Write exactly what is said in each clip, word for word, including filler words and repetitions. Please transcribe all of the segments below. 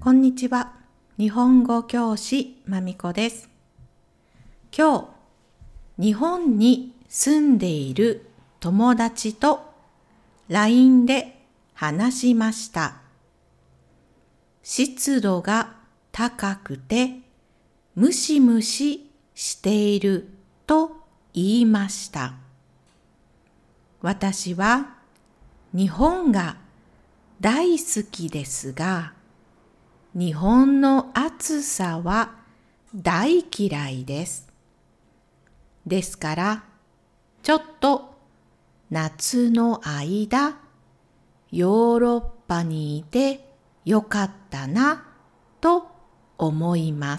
こんにちは。日本語教師まみこです。今日、日本に住んでいる友達と ライン で話しました。湿度が高くてムシムシしていると言いました。私は日本が大好きですが、日本の暑さは大嫌いです。ですから、ちょっと夏の間、ヨーロッパにいてよかったなと思います。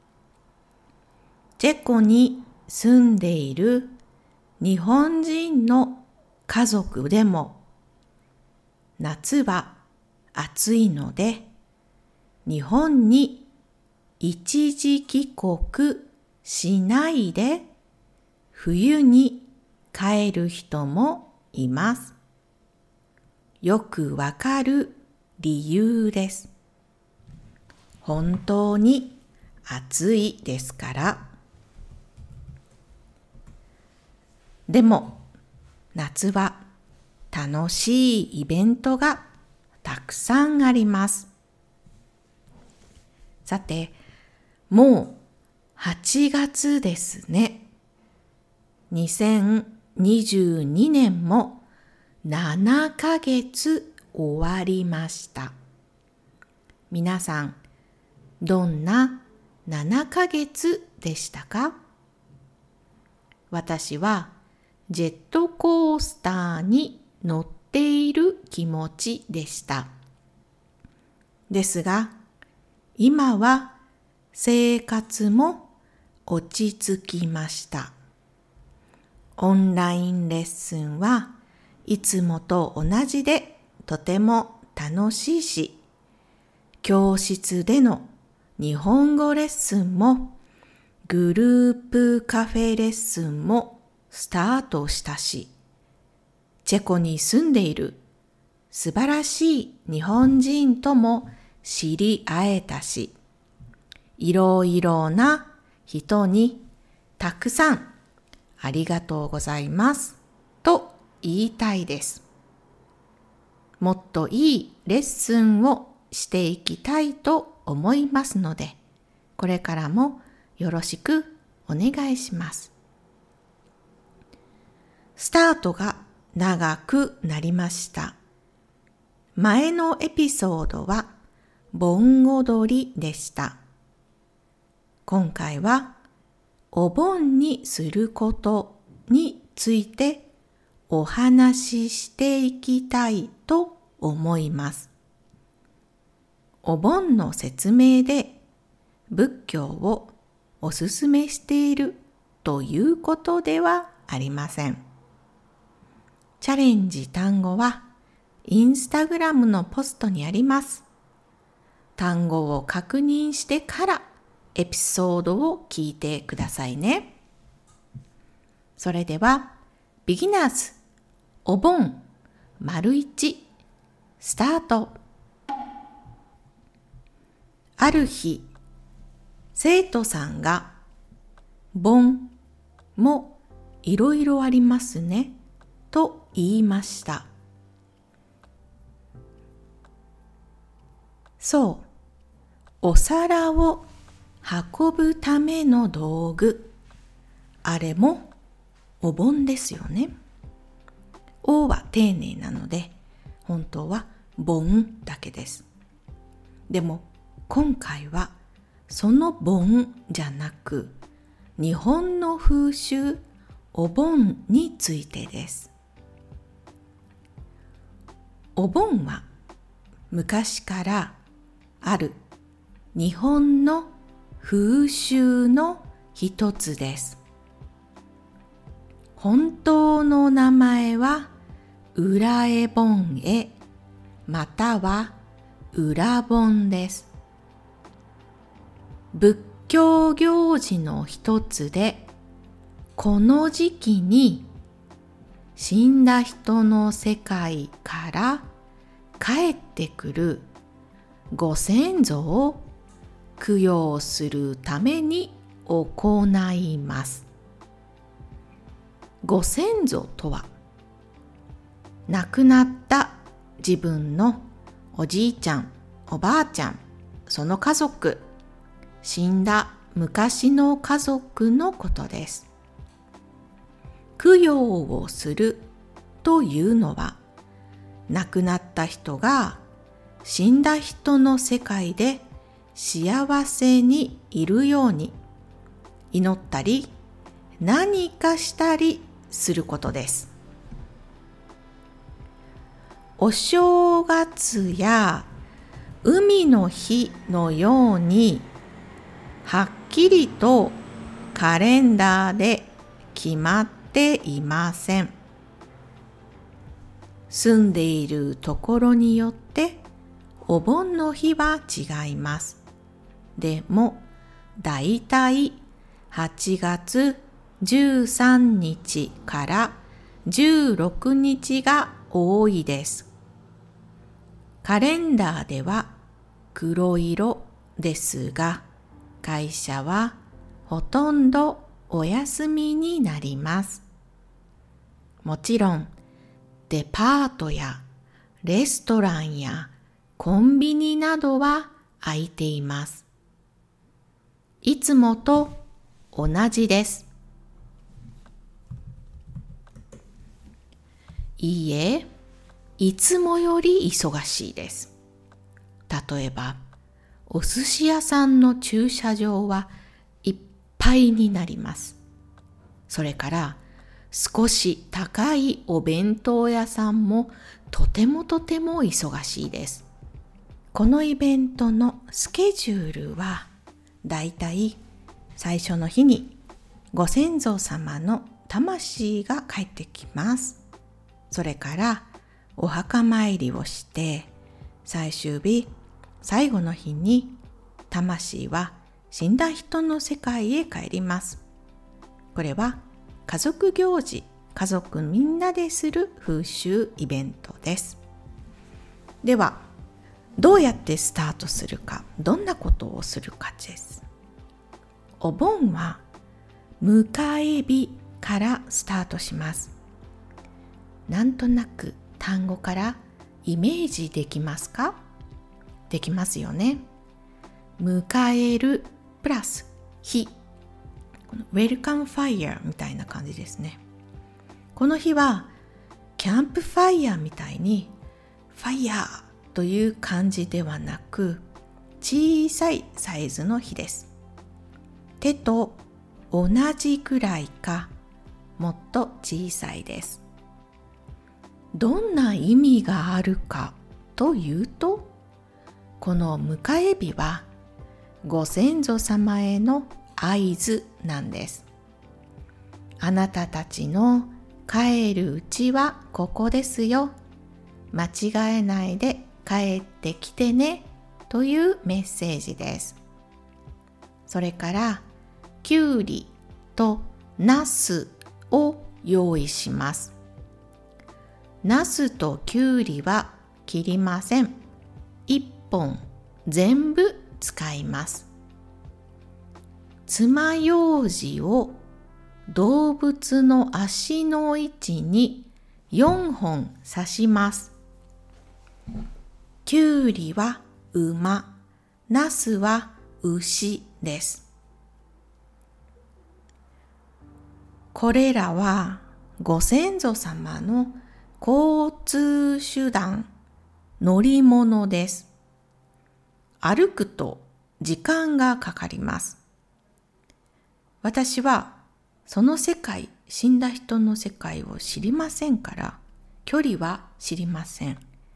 チェコに住んでいる日本人の家族でも、夏は暑いので、日本に一時帰国しないで冬に帰る人もいます。よくわかる理由です。本当に暑いですから。でも夏は楽しいイベントがたくさんあります。さて、もうはちがつですね。にせんにじゅうにねんもななかげつ終わりました。皆さん、どんなななかげつでしたか？私はジェットコースターに乗っている気持ちでした。ですが、今は生活も落ち着きました。オンラインレッスンはいつもと同じでとても楽しいし、教室での日本語レッスンもグループカフェレッスンもスタートしたし、チェコに住んでいる素晴らしい日本人とも知り合えたし、いろいろな人にたくさんありがとうございますと言いたいです。もっといいレッスンをしていきたいと思いますので、これからもよろしくお願いします。スタートが長くなりました。前のエピソードは盆踊りでした。今回はお盆にすることについてお話ししていきたいと思います。お盆の説明で仏教をおすすめしているということではありません。チャレンジ単語はインスタグラムのポストにあります。単語を確認してからエピソードを聞いてくださいね。それでは、ビギナーズお盆丸一スタート。ある日、生徒さんが盆もいろいろありますねと言いました。そう、お皿を運ぶための道具、あれもお盆ですよね。おは丁寧なので、本当は盆だけです。でも今回はその盆じゃなく、日本の風習お盆についてです。お盆は昔からある日本の風習の一つです。本当の名前は裏絵盆絵または裏盆です。仏教行事の一つで、この時期に死んだ人の世界から帰ってくるご先祖を供養するために行います。ご先祖とは、亡くなった自分のおじいちゃん、おばあちゃん、その家族、死んだ昔の家族のことです。供養をするというのは、亡くなった人が死んだ人の世界で幸せにいるように祈ったり何かしたりすることです。お正月や海の日のようにはっきりとカレンダーで決まっていません。住んでいるところによってお盆の日は違います。でもだいたいはちがつじゅうさんにちからじゅうろくにちが多いです。カレンダーでは黒色ですが、会社はほとんどお休みになります。もちろんデパートやレストランやコンビニなどは開いています。いつもと同じです。いいえ、いつもより忙しいです。例えば、お寿司屋さんの駐車場はいっぱいになります。それから少し高いお弁当屋さんもとてもとても忙しいです。このイベントのスケジュールはだいたい最初の日にご先祖様の魂が帰ってきます。それからお墓参りをして最終日最後の日に魂は死んだ人の世界へ帰ります。これは家族行事、家族みんなでする風習イベントです。では、どうやってスタートするか、どんなことをするかです。お盆は迎え日からスタートします。なんとなく単語からイメージできますか？できますよね。迎えるプラス日、このウェルカムファイヤーみたいな感じですね。この日はキャンプファイヤーみたいにファイヤーという感じではなく、小さいサイズの日です。手と同じくらいかもっと小さいです。どんな意味があるかというと、この迎え日はご先祖様への合図なんです。あなたたちの帰るうちはここですよ。間違えないで帰ってきてねというメッセージです。それからきゅうりとナスを用意します。ナスときゅうりは切りません。いっぽん全部使います。爪楊枝を動物の足の位置によんほん刺します。きゅうりは馬、ナスは牛です。これらはご先祖様の交通手段、乗り物です。歩くと時間がかかります。私はその世界、死んだ人の世界を知りませんから、距離は知りません。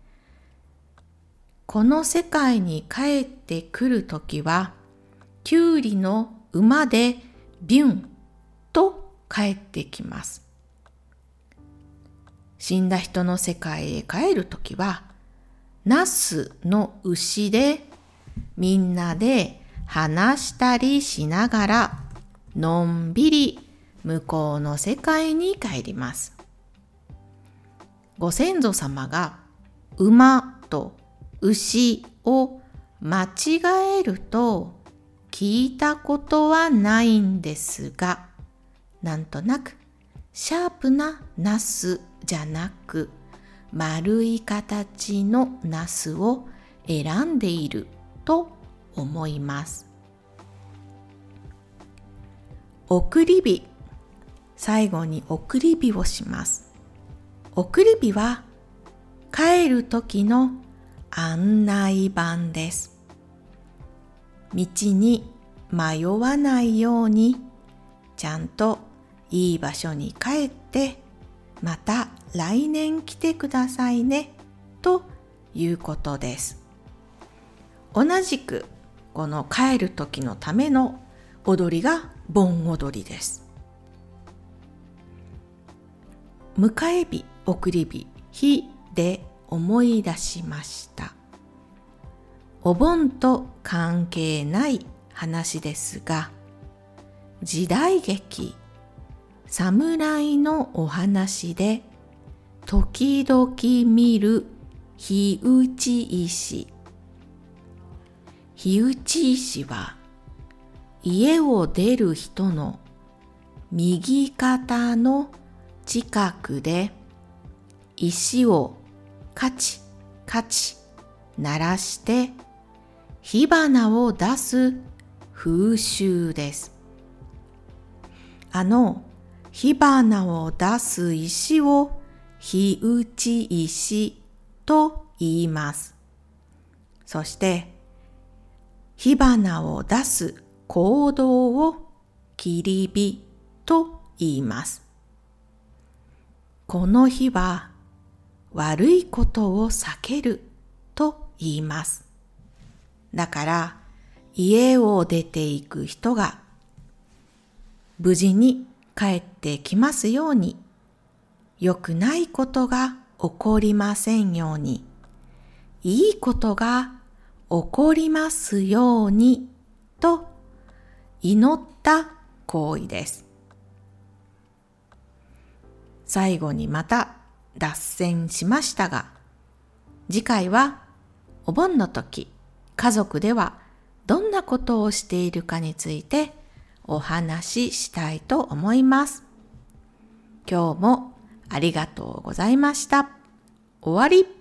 この世界に帰ってくるときは、きゅうりの馬でビュンと帰ってきます。死んだ人の世界へ帰るときは、ナスの牛でみんなで話したりしながら、のんびり向こうの世界に帰ります。ご先祖様が馬と牛を間違えると聞いたことはないんですが、なんとなくシャープなナスじゃなく丸い形のナスを選んでいると思います。送り火。最後に送り火をします。送り火は帰る時の案内板です。道に迷わないようにちゃんといい場所に帰ってまた来年来てくださいねということです。同じくこの帰る時のための踊りが盆踊りです。迎え火、送り火、火で思い出しました。お盆と関係ない話ですが、時代劇、侍のお話で時々見る火打ち石。火打ち石は家を出る人の右肩の近くで石をカチカチ鳴らして火花を出す風習です。あの火花を出す石を火打ち石と言います。そして火花を出す行動を切り火と言います。この火は悪いことを避けると言います。だから家を出ていく人が無事に帰ってきますように、良くないことが起こりませんように、いいことが起こりますようにと祈った行為です。最後にまた脱線しましたが、次回はお盆の時、家族ではどんなことをしているかについてお話ししたいと思います。今日もありがとうございました。終わり。